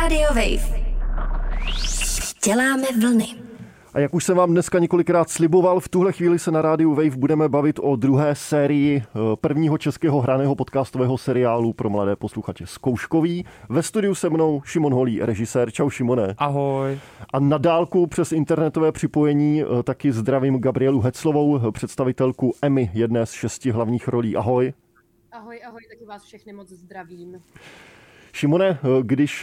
Radio Wave. Děláme vlny. A jak už jsem vám dneska několikrát sliboval, v tuhle chvíli se na rádiu Wave budeme bavit o druhé sérii prvního českého hraného podcastového seriálu pro mladé posluchače Zkouškový. Ve studiu se mnou Šimon Holý, režisér. Čau, Šimone. Ahoj. A na dálku přes internetové připojení taky zdravím Gabrielu Heclovou, představitelku Emmy, jedné z 6 hlavních rolí. Ahoj. Ahoj, taky vás všechny moc zdravím. Šimone, když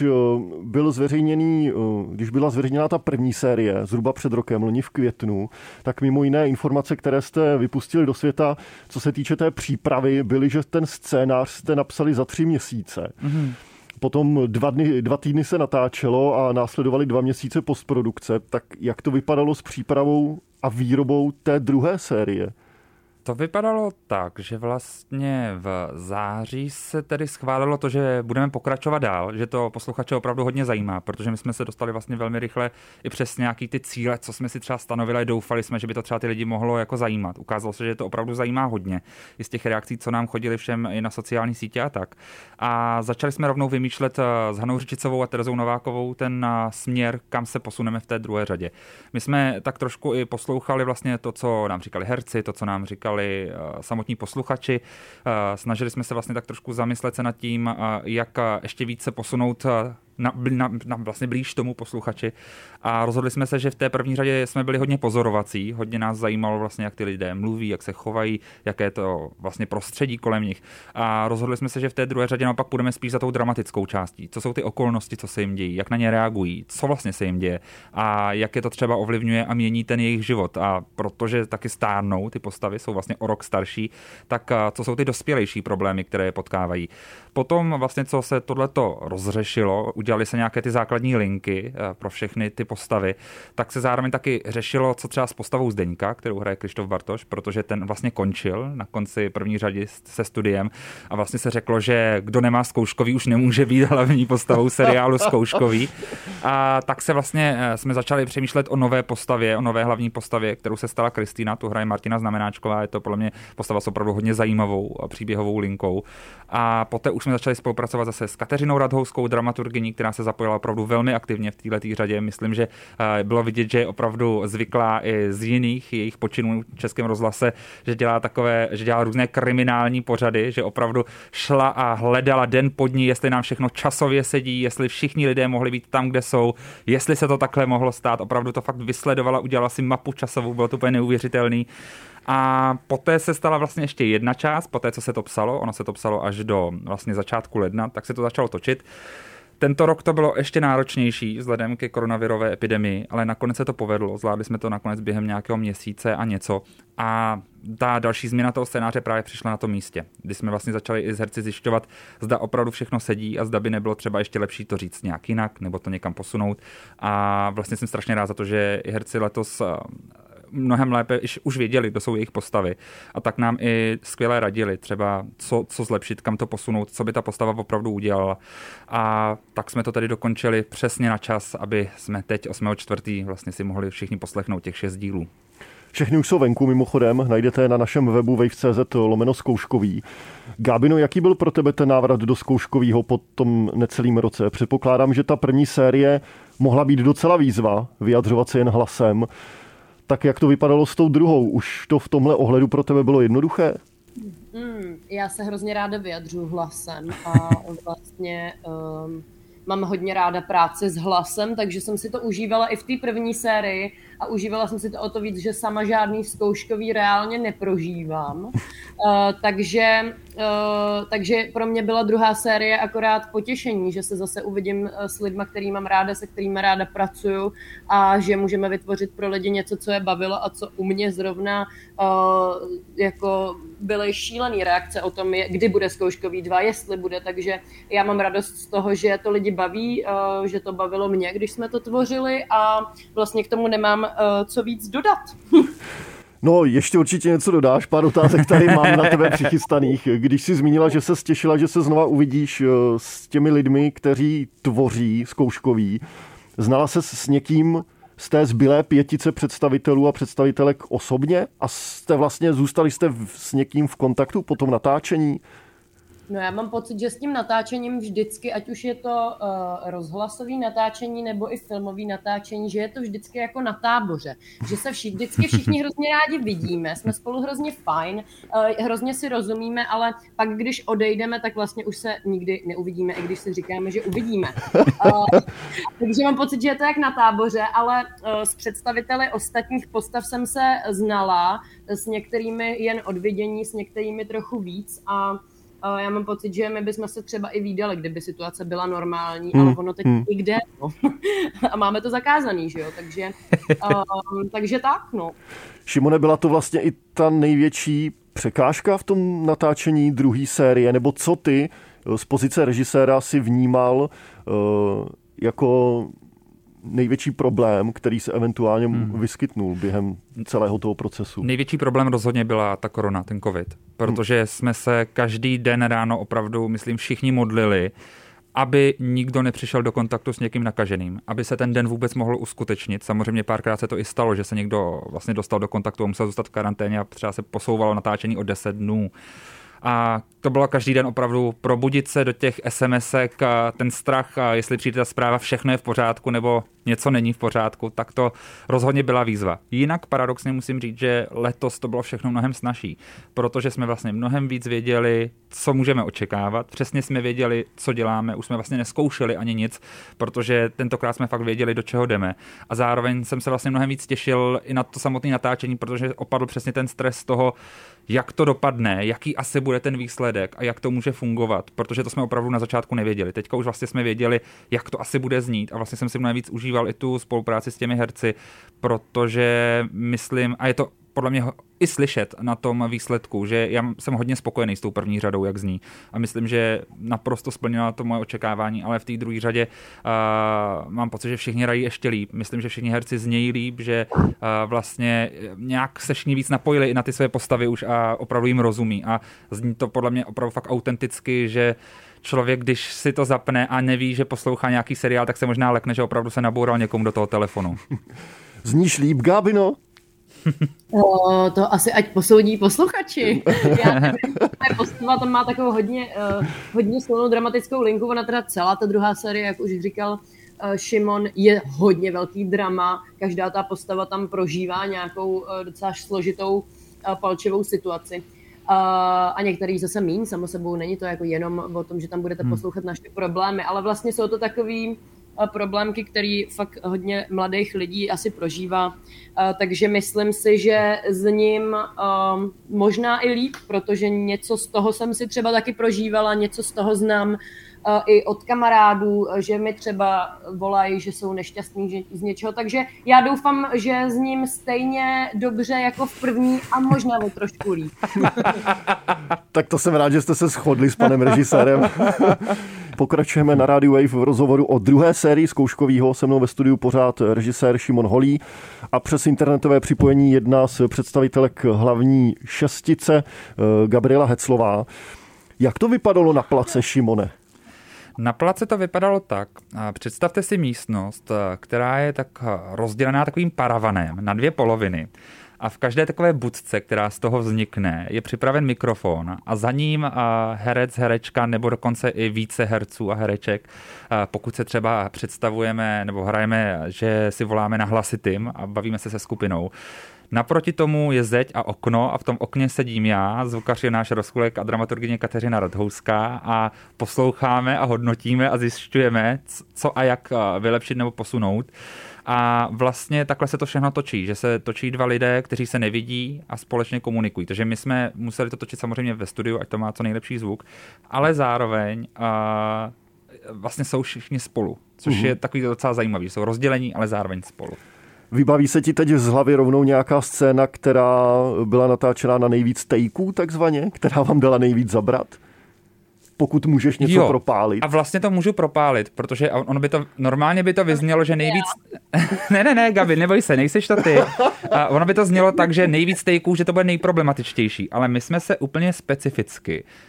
byla zveřejněná ta první série, zhruba před rokem, loni v květnu, tak mimo jiné informace, které jste vypustili do světa, co se týče té přípravy, byly, že ten scénář jste napsali za 3 měsíce. Mm-hmm. Potom 2 týdny se natáčelo a následovaly 2 měsíce postprodukce. Tak jak to vypadalo s přípravou a výrobou té druhé série? To vypadalo tak, že vlastně v září se tedy schválilo to, že budeme pokračovat dál, že to posluchače opravdu hodně zajímá, protože my jsme se dostali vlastně velmi rychle i přes nějaký ty cíle, co jsme si třeba stanovili, doufali jsme, že by to třeba ty lidi mohlo jako zajímat. Ukázalo se, že to opravdu zajímá hodně. I z těch reakcí, co nám chodili všem i na sociální sítě a tak. A začali jsme rovnou vymýšlet s Hanou Řičicovou a Terezou Novákovou ten směr, kam se posuneme v té druhé řadě. My jsme tak trošku i poslouchali vlastně to, co nám říkali herci, to, co nám říkali samotní posluchači. Snažili jsme se vlastně tak trošku zamyslet se nad tím, jak ještě více posunout na vlastně blíž tomu posluchači. A rozhodli jsme se, že v té první řadě jsme byli hodně pozorovací, hodně nás zajímalo vlastně, jak ty lidé mluví, jak se chovají, jaké to vlastně prostředí kolem nich. A rozhodli jsme se, že v té druhé řadě naopak půjdeme spíš za tou dramatickou částí. Co jsou ty okolnosti, co se jim dějí, jak na ně reagují, co vlastně se jim děje a jak je to třeba ovlivňuje a mění ten jejich život. A protože taky stárnou, ty postavy jsou vlastně o rok starší, tak co jsou ty dospělejší problémy, které je potkávají. Potom vlastně, co se tohleto rozřešilo, udělali se nějaké ty základní linky pro všechny ty postavy, tak se zároveň taky řešilo, co třeba s postavou Zdeňka, kterou hraje Krištof Bartoš, protože ten vlastně končil na konci první řady se studiem a vlastně se řeklo, že kdo nemá Zkouškový, už nemůže být hlavní postavou seriálu Zkouškový. A tak se vlastně jsme začali přemýšlet o nové postavě, o nové hlavní postavě, kterou se stala Kristýna, tu hraje Martina Znamenáčková, je to podle mě postava s opravdu hodně zajímavou a příběhovou linkou. A poté už jsme začali spolupracovat zase s Kateřinou Radhouskou, dramaturgyní, která se zapojila opravdu velmi aktivně v této řadě. Myslím, že bylo vidět, že je opravdu zvyklá i z jiných jejich počinů v Českém rozhlase, že dělá různé kriminální pořady, že opravdu šla a hledala den po dní, jestli nám všechno časově sedí, jestli všichni lidé mohli být tam, kde jsou, jestli se to takhle mohlo stát. Opravdu to fakt vysledovala, udělala si mapu časovou, bylo to úplně neuvěřitelný. A poté se stala vlastně ještě jedna část, poté, co se to psalo, ono se to psalo až do vlastně začátku ledna, tak se to začalo točit. Tento rok to bylo ještě náročnější vzhledem ke koronavirové epidemii, ale nakonec se to povedlo. Zvládli jsme to nakonec během nějakého měsíce a něco. A ta další změna toho scénáře právě přišla na tom místě, kdy jsme vlastně začali i s herci zjišťovat, zda opravdu všechno sedí a zda by nebylo třeba ještě lepší to říct nějak jinak nebo to někam posunout. A vlastně jsem strašně rád za to, že i herci letos mnohem lépe už věděli, kdo jsou jejich postavy. A tak nám i skvěle radili třeba, co zlepšit, kam to posunout, co by ta postava opravdu udělala. A tak jsme to tady dokončili přesně na čas, aby jsme teď 8.4. vlastně si mohli všichni poslechnout těch 6 dílů. Všechny už jsou venku, mimochodem, najdete na našem webu wave.cz/zkouškový. Gábino, jaký byl pro tebe ten návrat do Zkouškovýho po tom necelým roce? Předpokládám, že ta první série mohla být docela výzva, vyjadřovat se jen hlasem. Tak jak to vypadalo s tou druhou? Už to v tomhle ohledu pro tebe bylo jednoduché? Já se hrozně ráda vyjadřuju hlasem a vlastně mám hodně ráda práci s hlasem, takže jsem si to užívala i v té první sérii a užívala jsem si to o to víc, že sama žádný Zkouškový reálně neprožívám. Takže pro mě byla druhá série akorát potěšení, že se zase uvidím s lidma, který mám ráda, se kterými ráda pracuju a že můžeme vytvořit pro lidi něco, co je bavilo a co u mě zrovna jako byly šílený reakce o tom, kdy bude Zkouškový 2, jestli bude, takže já mám radost z toho, že to lidi baví, že to bavilo mě, když jsme to tvořili a vlastně k tomu nemám co víc dodat. No, ještě určitě něco dodáš, pár otázek tady mám na tebe přichystaných. Když jsi zmínila, že se těšila, že se znova uvidíš s těmi lidmi, kteří tvoří Zkouškový, znala se s někým z té zbylé 5 představitelů a představitelek osobně a zůstali jste s někým v kontaktu po tom natáčení? No já mám pocit, že s tím natáčením vždycky, ať už je to rozhlasový natáčení nebo i filmový natáčení, že je to vždycky jako na táboře. Že se vždycky všichni hrozně rádi vidíme, jsme spolu hrozně fajn, hrozně si rozumíme, ale pak když odejdeme, tak vlastně už se nikdy neuvidíme, i když si říkáme, že uvidíme. Takže mám pocit, že je to jak na táboře, ale s představiteli ostatních postav jsem se znala, s některými jen od vidění, s některými trochu víc a já mám pocit, že my bychom se třeba i vídali, kdyby situace byla normální, ale ono teď nikde, no. A máme to zakázaný, že jo, takže tak, no. Šimone, byla to vlastně i ta největší překážka v tom natáčení druhé série, nebo co ty z pozice režiséra si vnímal jako největší problém, který se eventuálně vyskytnul během celého toho procesu? Největší problém rozhodně byla ta korona, ten covid, protože jsme se každý den ráno opravdu, myslím, všichni modlili, aby nikdo nepřišel do kontaktu s někým nakaženým, aby se ten den vůbec mohl uskutečnit. Samozřejmě párkrát se to i stalo, že se někdo vlastně dostal do kontaktu a musel zůstat v karanténě a třeba se posouvalo natáčení o 10 dnů. A to bylo každý den opravdu probudit se do těch SMSek a ten strach, a jestli přijde ta zpráva, všechno je v pořádku nebo něco není v pořádku, tak to rozhodně byla výzva. Jinak paradoxně musím říct, že letos to bylo všechno mnohem snazší, protože jsme vlastně mnohem víc věděli, co můžeme očekávat. Přesně jsme věděli, co děláme, už jsme vlastně neskoušeli ani nic, protože tentokrát jsme fakt věděli, do čeho jdeme. A zároveň jsem se vlastně mnohem víc těšil i na to samotné natáčení, protože opadl přesně ten stres toho, jak to dopadne, jaký asi bude ten výsledek a jak to může fungovat, protože to jsme opravdu na začátku nevěděli. Teďka už vlastně jsme věděli, jak to asi bude znít a vlastně jsem si mnohem víc užíval i tu spolupráci s těmi herci, protože myslím, a je to podle mě i slyšet na tom výsledku, že já jsem hodně spokojený s tou první řadou, jak zní. A myslím, že naprosto splnila to moje očekávání, ale v té druhé řadě mám pocit, že všichni hrají ještě líp. Myslím, že všichni herci znějí líp, že vlastně nějak se všichni víc napojili i na ty své postavy už a opravdu jim rozumí. A zní to podle mě opravdu fakt autenticky, že člověk, když si to zapne a neví, že poslouchá nějaký seriál, tak se možná lekne, že opravdu se naboural někomu do toho telefonu. Zníš líp, Gábino? To asi ať posoudí posluchači. Postava tam má takovou hodně silnou dramatickou linku, ona teda celá ta druhá série, jak už říkal Šimon, je hodně velký drama, každá ta postava tam prožívá nějakou docela složitou palčivou situaci. A některý zase míň, samo sebou není to jako jenom o tom, že tam budete poslouchat naše problémy, ale vlastně jsou to takový problémky, který fakt hodně mladých lidí asi prožívá. Takže myslím si, že s ním možná i líp, protože něco z toho jsem si třeba taky prožívala, něco z toho znám i od kamarádů, že mi třeba volají, že jsou nešťastní z něčeho. Takže já doufám, že s ním stejně dobře jako v první a možná o trošku líp. Tak to jsem rád, že jste se shodli s panem režisérem. Pokračujeme na Radio Wave v rozhovoru o druhé sérii zkouškovýho. Se mnou ve studiu pořád režisér Šimon Holý a přes internetové připojení jedna z představitelek hlavní šestice, Gabriela Heclová. Jak to vypadalo na place, Šimone? Na place to vypadalo tak. Představte si místnost, která je tak rozdělená takovým paravanem na dvě poloviny. A v každé takové budce, která z toho vznikne, je připraven mikrofon a za ním herec, herečka nebo dokonce i více herců a hereček. Pokud se třeba představujeme nebo hrajeme, že si voláme na hlasitým a bavíme se skupinou. Naproti tomu je zeď a okno a v tom okně sedím já, zvukař je náš Rozkulek a dramaturgyně Kateřina Radhouská a posloucháme a hodnotíme a zjišťujeme, co a jak vylepšit nebo posunout. A vlastně takhle se to všechno točí, že se točí dva lidé, kteří se nevidí a společně komunikují. Takže my jsme museli to točit samozřejmě ve studiu, ať to má co nejlepší zvuk, ale zároveň vlastně jsou všichni spolu, což je takový docela zajímavý, že jsou rozdělení, ale zároveň spolu. Vybaví se ti teď z hlavy rovnou nějaká scéna, která byla natáčena na nejvíc takeů, takzvaně, která vám dala nejvíc zabrat? Pokud můžeš něco propálit. A vlastně to můžu propálit, protože normálně by to vyznělo, že nejvíc... Ne, Gabi, neboj se, nejseš to ty. A ono by to znělo tak, že nejvíc takeů, že to bude nejproblematičtější, ale my jsme se úplně specificky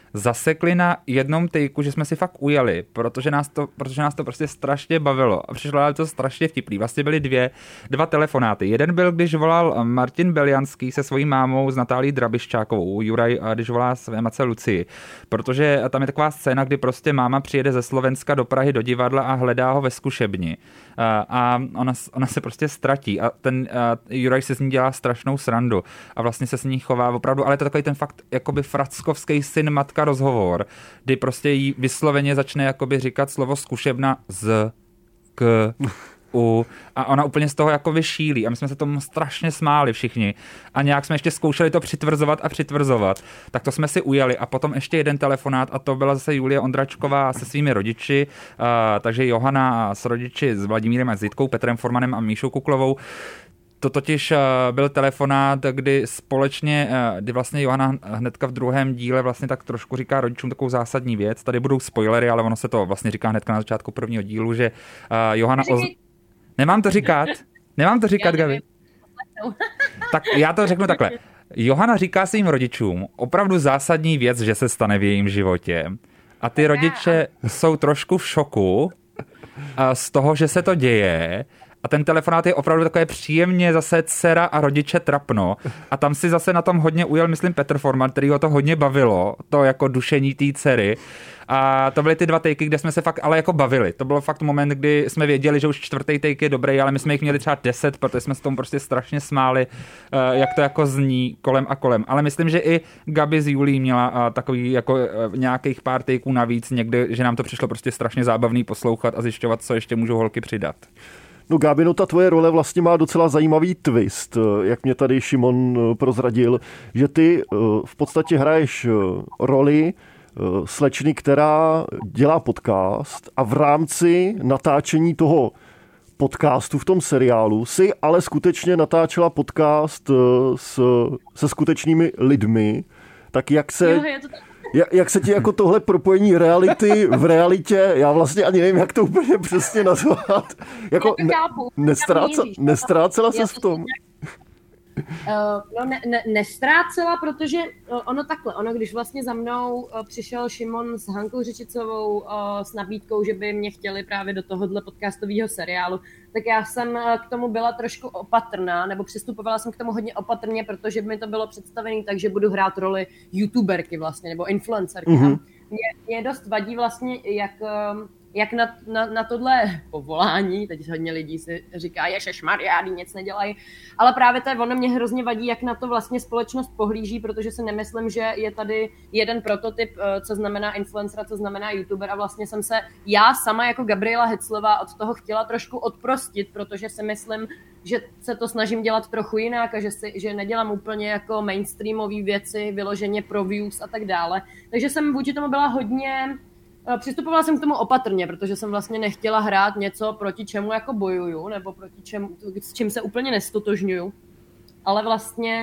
zasekli na jednom takeu, že jsme si fakt ujeli, protože nás to prostě strašně bavilo a přišlo to strašně vtipný. Vlastně byly dva telefonáty. Jeden byl, když volal Martin Belianský se svojí mámou s Natálí Drabiščákovou, Juraj, když volá své matce Lucii, protože tam je taková scéna, kdy prostě máma přijede ze Slovenska do Prahy do divadla a hledá ho ve zkušebni. A ona se prostě ztratí a ten Juraj se s ní dělá strašnou srandu a vlastně se s ní chová opravdu, ale to takový ten fakt jakoby frackovský syn matka rozhovor, kdy prostě jí vysloveně začne jakoby říkat slovo zkušebna z, k, u a ona úplně z toho jakoby šílí a my jsme se tomu strašně smáli všichni a nějak jsme ještě zkoušeli to přitvrzovat, tak to jsme si ujeli a potom ještě jeden telefonát a to byla zase Julie Ondračková se svými rodiči, takže Johana s rodiči s Vladimírem a s Zitkou, Petrem Formanem a Míšou Kuklovou. To totiž byl telefonát, kdy společně, kdy vlastně Johana hnedka v druhém díle vlastně tak trošku říká rodičům takovou zásadní věc. Tady budou spoilery, ale ono se to vlastně říká hnedka na začátku prvního dílu, že Johana... Nemám to říkat, Gabi. Tak já to řeknu takhle. Johana říká svým rodičům opravdu zásadní věc, že se stane v jejím životě. A ty rodiče jsou trošku v šoku z toho, že se to děje. A ten telefonát je opravdu takové příjemně zase dcera a rodiče trapno. A tam si zase na tom hodně ujel, myslím, Petr Forman, který ho to hodně bavilo, to jako dušení té dcery. A to byly ty dva takey, kde jsme se fakt ale jako bavili. To bylo fakt moment, kdy jsme věděli, že už čtvrtý take je dobrý, ale my jsme jich měli třeba 10, protože jsme se tomu prostě strašně smáli, jak to jako zní kolem a kolem. Ale myslím, že i Gabi z Julí měla takový jako nějakých pár takeů navíc někde, že nám to přišlo prostě strašně zábavný poslouchat a zjišťovat, co ještě můžou holky přidat. No Gábino, ta tvoje role vlastně má docela zajímavý twist, jak mě tady Šimon prozradil, že ty v podstatě hraješ roli slečny, která dělá podcast a v rámci natáčení toho podcastu v tom seriálu si ale skutečně natáčela podcast se skutečnými lidmi, tak jak se... Jak se ti jako tohle propojení reality v realitě, já vlastně ani nevím, jak to úplně přesně nazvat. Jako nestrácela ses v tom? Nestrácela, protože ono, když vlastně za mnou přišel Šimon s Hankou Řečicovou s nabídkou, že by mě chtěli právě do tohohle podcastového seriálu, tak já jsem k tomu byla trošku opatrná, nebo přistupovala jsem k tomu hodně opatrně, protože by mi to bylo představené tak, že budu hrát roli youtuberky vlastně, nebo influencerky. Mm-hmm. Mě dost vadí vlastně, jak na tohle povolání, teď hodně lidí si říká, ježišmarja, nic nedělají, ale právě ono mě hrozně vadí, jak na to vlastně společnost pohlíží, protože si nemyslím, že je tady jeden prototyp, co znamená influencer, co znamená youtuber a vlastně jsem se já sama jako Gabriela Heclová od toho chtěla trošku odprostit, protože si myslím, že se to snažím dělat trochu jinak a že nedělám úplně jako mainstreamové věci, vyloženě pro views a tak dále. Takže jsem vůči tomu byla přistupovala jsem k tomu opatrně, protože jsem vlastně nechtěla hrát něco, proti čemu jako bojuju, nebo s čím se úplně nestotožňuju. Ale vlastně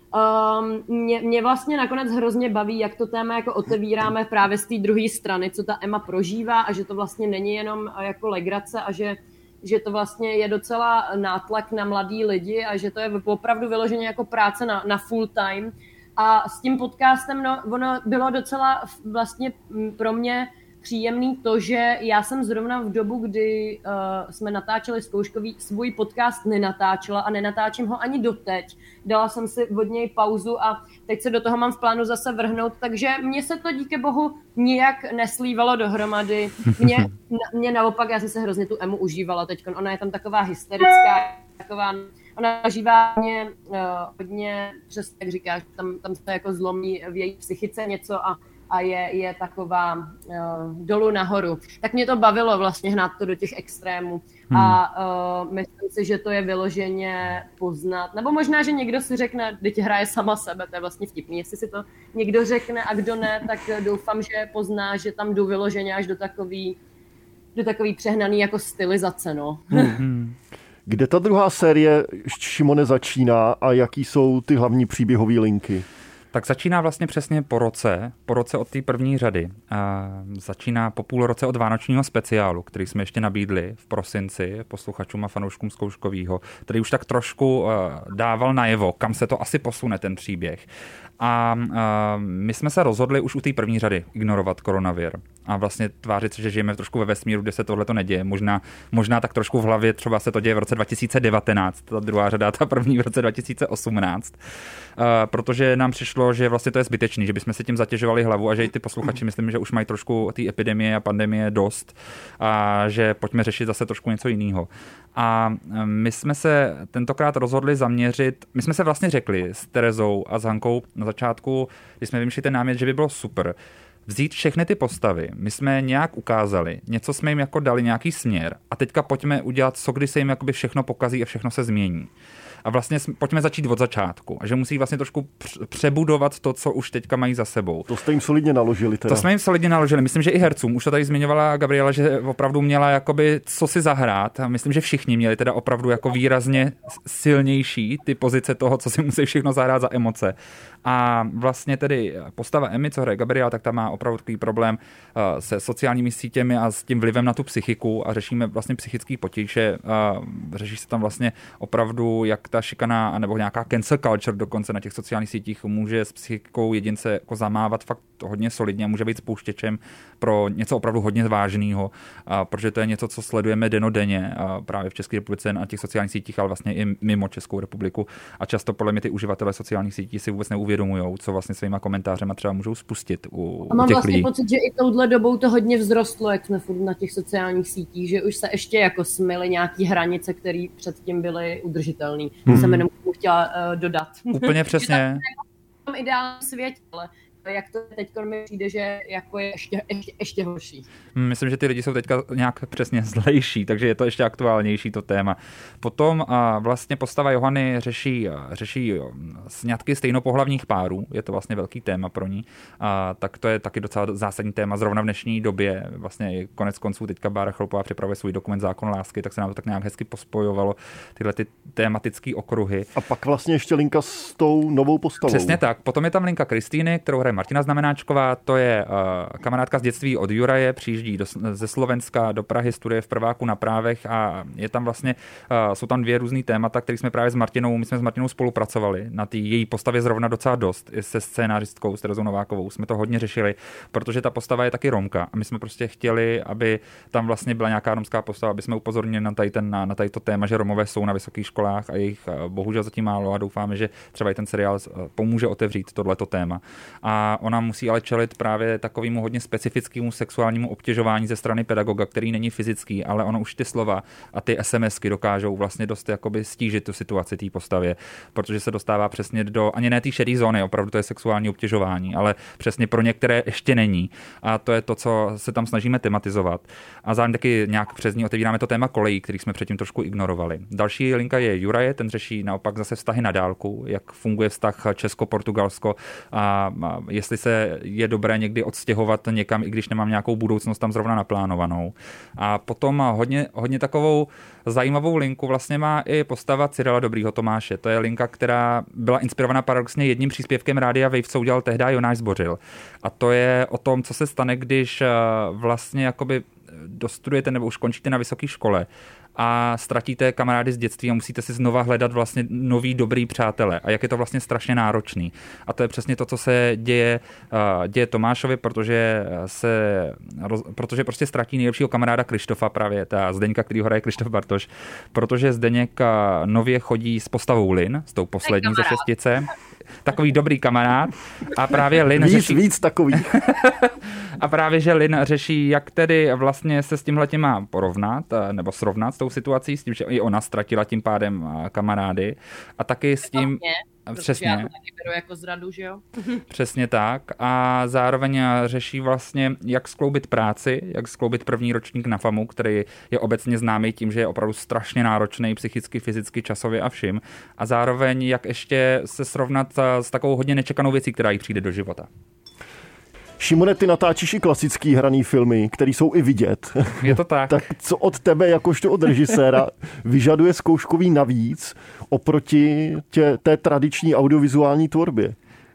mě vlastně nakonec hrozně baví, jak to téma jako otevíráme právě z té druhé strany, co ta Emma prožívá a že to vlastně není jenom jako legrace a že to vlastně je docela nátlak na mladý lidi a že to je opravdu vyloženě jako práce na full time. A s tím podcastem, ono bylo docela vlastně pro mě příjemný to, že já jsem zrovna v dobu, kdy jsme natáčeli zkouškový, svůj podcast nenatáčela a nenatáčím ho ani doteď. Dala jsem si od něj pauzu a teď se do toho mám v plánu zase vrhnout, takže mně se to díky bohu nijak neslívalo dohromady. Mě naopak, já jsem se hrozně tu Emu užívala teď. Ona je tam taková hysterická, ona žívá hodně přesně, jak říkáš, tam se jako zlomí v její psychice něco a je taková dolů nahoru. Tak mě to bavilo vlastně hnát to do těch extrémů. A myslím si, že to je vyloženě poznat. Nebo možná, že někdo si řekne, teď hraje sama sebe, to je vlastně vtipný. Jestli si to někdo řekne a kdo ne, tak doufám, že pozná, že tam jdu vyloženě až do takový přehnaný jako stylizace, no. Kde ta druhá série, Šimone, začíná a jaký jsou ty hlavní příběhové linky? Tak začíná vlastně přesně po roce od té první řady. Začíná po půl roce od vánočního speciálu, který jsme ještě nabídli v prosinci posluchačům a fanouškům Zkouškovýho, který už tak trošku dával najevo, kam se to asi posune ten příběh. A my jsme se rozhodli už u té první řady ignorovat koronavir a vlastně tvářit se, že žijeme trošku ve vesmíru, kde se tohleto neděje. Možná tak trošku v hlavě třeba se to děje v roce 2019, ta druhá řada, ta první v roce 2018. Protože nám přišlo, že vlastně to je zbytečný, že bychom si tím zatěžovali hlavu a že i ty posluchači myslím, že už mají trošku té epidemie a pandemie dost a že pojďme řešit zase trošku něco jiného. A my jsme se tentokrát rozhodli zaměřit, my jsme se vlastně řekli s Terezou a s Hankou na začátku, když jsme vymýšleli ten námět, že by bylo super vzít všechny ty postavy, my jsme nějak ukázali, něco jsme jim jako dali, nějaký směr a teďka pojďme udělat, co když se jim jakoby všechno pokazí a všechno se změní. A vlastně pojďme začít od začátku. A že musí vlastně trošku přebudovat to, co už teďka mají za sebou. To jste jim solidně naložili teda. To jsme jim solidně naložili. Myslím, že i hercům. Už to tady zmiňovala Gabriela, že opravdu měla jakoby co si zahrát. A myslím, že všichni měli teda opravdu jako výrazně silnější ty pozice toho, co si musí všechno zahrát za emoce. A vlastně tedy postava Emmy, co hraje Gabriela, tak ta má opravdu takový problém se sociálními sítěmi a s tím vlivem na tu psychiku a řešíme vlastně psychický potíže. Řeší se tam vlastně opravdu, jak ta šikana nebo nějaká cancel culture dokonce na těch sociálních sítích může s psychikou jedince jako zamávat fakt hodně solidně a může být spouštěčem pro něco opravdu hodně vážného, protože to je něco, co sledujeme dennodenně právě v České republice na těch sociálních sítích, ale vlastně i mimo Českou republiku. A často podle mě ty uživatelé sociálních sítí si vůbec neuvědomujou, co vlastně svýma komentářema třeba můžou spustit u těch lidí. A mám vlastně pocit, že i touhle dobou to hodně vzrostlo, jak jsme furt na těch sociálních sítích, že už se ještě jako smyly nějaký hranice, které předtím byly udržitelné. To jsem jenom chtěla dodat. Úplně přesně. V tom ideálním světě, ale jak to teď mi přijde, že jako je ještě horší. Myslím, že ty lidi jsou teďka nějak přesně zlejší, takže je to ještě aktuálnější to téma. Potom vlastně postava Johany řeší sňatky stejnopohlavních párů, je to vlastně velký téma pro ní, tak to je taky docela zásadní téma zrovna v dnešní době. Vlastně konec konců teďka Bára Chloupová připravuje svůj dokument Zákon lásky, tak se nám to tak nějak hezky pospojovalo, tyhle ty tematické okruhy. A pak vlastně ještě linka s tou novou postavou. Přesně tak. Potom je tam linka Kristýny, kterou hraje Martina Znamenáčková, to je kamarádka z dětství od Juraje, přijíždí ze Slovenska do Prahy, studuje v prváku na právech a je tam vlastně, jsou tam dvě různý témata, které jsme právě my jsme s Martinou spolupracovali na té její postavě zrovna docela dost, se scénáristkou, s Terezou Novákovou, jsme to hodně řešili, protože ta postava je taky Romka a my jsme prostě chtěli, aby tam vlastně byla nějaká romská postava, aby jsme upozornili na tady to téma, že Romové jsou na vysokých školách a jejich bohužel zatím málo a doufáme, že třeba i ten seriál pomůže otevřít tohleto téma. A ona musí ale čelit právě takovému hodně specifickému sexuálnímu obtěžování ze strany pedagoga, který není fyzický, ale ono už ty slova a ty SMSky dokážou vlastně dost jakoby stížit tu situaci té postavě, protože se dostává přesně do ani ne té šedé zóny, opravdu to je sexuální obtěžování, ale přesně pro některé ještě není. A to je to, co se tam snažíme tematizovat. A zároveň taky nějak přes ní otevíráme to téma kolejí, který jsme předtím trošku ignorovali. Další linka je Juraje, ten řeší naopak zase vztahy na dálku, jak funguje vztah Česko-Portugalsko a jestli se je dobré někdy odstěhovat někam, i když nemám nějakou budoucnost tam zrovna naplánovanou. A potom hodně takovou zajímavou linku vlastně má i postava Cyrila Dobrýho Tomáše. To je linka, která byla inspirovaná paradoxně jedním příspěvkem Rádia Wave, co udělal tehdy Jonáš Zbořil. A to je o tom, co se stane, když vlastně jakoby dostudujete nebo už končíte na vysoké škole a ztratíte kamarády z dětství a musíte si znova hledat vlastně nový dobrý přátele a jak je to vlastně strašně náročný. A to je přesně to, co se děje Tomášovi, protože prostě ztratí nejlepšího kamaráda Krištofa, právě ta Zdeňka, který hraje Krištof Bartoš, protože Zdeněk nově chodí s postavou Lin, s tou poslední ze šestice. Takový dobrý kamarád a právě Lin řeší... Víc takových. A právě, že Lin řeší, jak tedy vlastně se s tímhletím má porovnat nebo srovnat s tou situací, s tím, že i ona ztratila tím pádem kamarády a taky s tím... Přesně. Já to taky beru jako zradu, že jo? Přesně tak. A zároveň řeší vlastně, jak skloubit práci, jak skloubit první ročník na FAMu, který je obecně známý tím, že je opravdu strašně náročný psychicky, fyzicky, časově a všim. A zároveň, jak ještě se srovnat s takovou hodně nečekanou věcí, která jí přijde do života. Šimone, ty natáčíš i klasický hraný filmy, které jsou i vidět. Je to tak. Tak co od tebe, jakožto od režiséra, vyžaduje Zkouškový navíc oproti té tradiční audiovizuální tvorbě?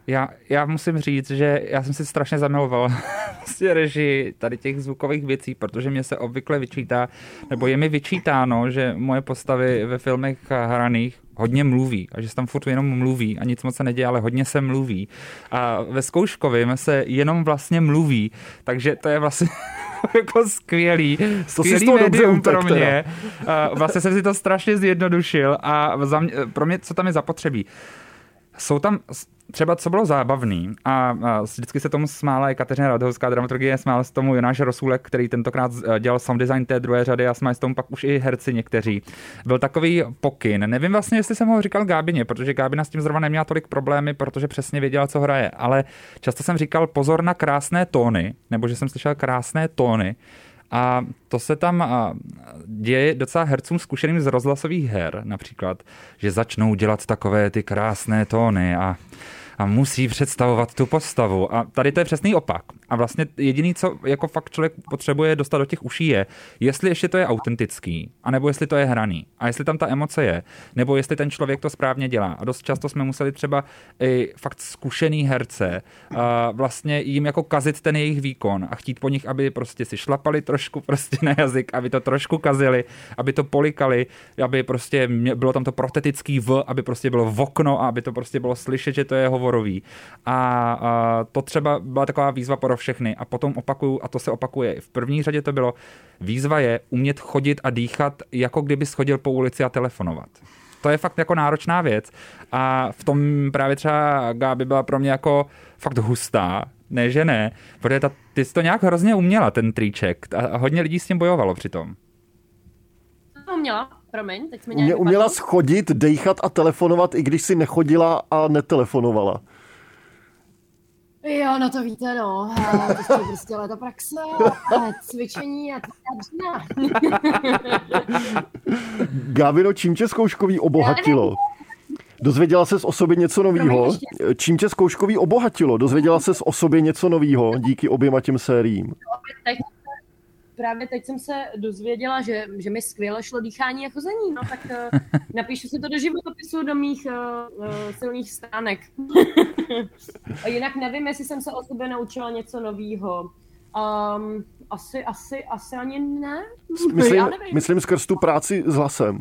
Já musím říct, že já jsem si strašně zamiloval vlastně režii tady těch zvukových věcí, protože mě se obvykle vyčítá, nebo je mi vyčítáno, že moje postavy ve filmech hraných hodně mluví a že se tam furt jenom mluví a nic moc se neděje, ale hodně se mluví. A ve zkouškovém se jenom vlastně mluví, takže to je vlastně jako skvělý médium pro mě. Vlastně jsem si to strašně zjednodušil a pro mě, co tam je zapotřebí. Jsou tam třeba, co bylo zábavný a vždycky se tomu smála i Kateřina Radhouská, dramaturgie, smála se tomu Jonáš Rosůlek, který tentokrát dělal sound design té druhé řady a smáli se tomu pak už i herci někteří. Byl takový pokyn. Nevím vlastně, jestli jsem ho říkal Gábině, protože Gábina s tím zrovna neměla tolik problémy, protože přesně věděla, co hraje, ale často jsem říkal pozor na krásné tóny, nebo že jsem slyšel krásné tóny. A to se tam děje docela hercům zkušeným z rozhlasových her, například, že začnou dělat takové ty krásné tóny a musí představovat tu postavu. A tady to je přesný opak. A vlastně jediný, co jako fakt člověk potřebuje dostat do těch uší je, jestli ještě to je autentický, anebo jestli to je hraný. A jestli tam ta emoce je, nebo jestli ten člověk to správně dělá. A dost často jsme museli třeba i fakt zkušený herce vlastně jim jako kazit ten jejich výkon a chtít po nich, aby prostě si šlapali trošku prostě na jazyk, aby to trošku kazili, aby to polikali, aby prostě bylo tam to protetický aby prostě bylo v okno a aby to prostě bylo slyšet, že to je hovorový. A to třeba byla taková výzva pro všechny. A potom opakuju, a to se opakuje. V první řadě to bylo, výzva je umět chodit a dýchat, jako kdyby chodil po ulici a telefonovat. To je fakt jako náročná věc. A v tom právě třeba Gáby byla pro mě jako fakt hustá. Ne, že ne. Protože ty jsi to nějak hrozně uměla, ten triček. A hodně lidí s tím bojovalo přitom. To uměla? Promiň, teď jsme nějak uměla schodit, dejchat a telefonovat, i když si nechodila a netelefonovala. Jo, no to víte, no. To je prostě léta praxe, cvičení a dřina. Gávino, čím tě zkouškový obohatilo? Dozvěděla ses o sobě něco novýho? Čím tě zkouškový obohatilo? Dozvěděla ses o sobě něco novýho díky oběma těm sériím? Právě teď jsem se dozvěděla, že mi skvěle šlo dýchání a chození, no tak napíšu si to do životopisu, do mých silných stránek. A jinak nevím, jestli jsem se o sobě naučila něco novýho. Asi ani ne. Myslím skrz tu práci s hlasem.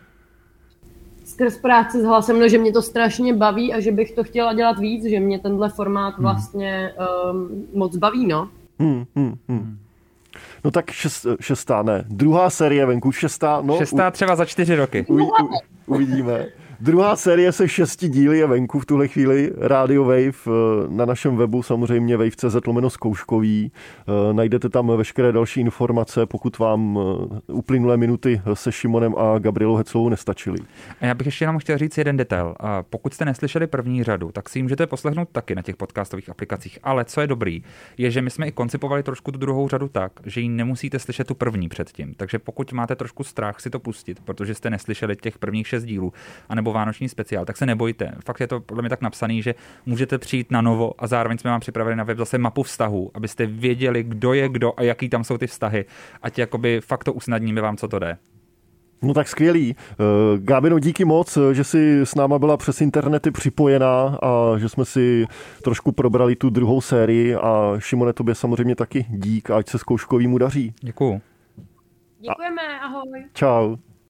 Skrz práci s hlasem, no, že mě to strašně baví a že bych to chtěla dělat víc, že mě tenhle formát vlastně moc baví, no. No tak šestá, ne. Druhá série venku, šestá. No, šestá třeba za 4 roky. Uvidíme. Druhá série se 6 díly je venku v tuhle chvíli. Radio Wave na našem webu, samozřejmě wave.cz/zkouškový. Najdete tam veškeré další informace, pokud vám uplynulé minuty se Šimonem a Gabrielou Heclovou nestačily. A já bych ještě jenom chtěl říct jeden detail. Pokud jste neslyšeli první řadu, tak si ji můžete poslechnout taky na těch podcastových aplikacích. Ale co je dobrý, je, že my jsme i koncipovali trošku tu druhou řadu tak, že ji nemusíte slyšet tu první předtím. Takže pokud máte trošku strach si to pustit, protože jste neslyšeli těch prvních 6 dílů, anebo vánoční speciál, tak se nebojte. Fakt je to podle mě tak napsaný, že můžete přijít na novo a zároveň jsme vám připravili na web zase mapu vztahů, abyste věděli, kdo je kdo a jaký tam jsou ty vztahy. Ať jakoby fakt to usnadníme vám, co to jde. No tak skvělý. Gábino, díky moc, že jsi s náma byla přes internety připojená a že jsme si trošku probrali tu druhou sérii a Šimone, tobě samozřejmě taky dík, ať se zkouškovýmu daří. Děkuju. Děkujeme, ahoj. Čau.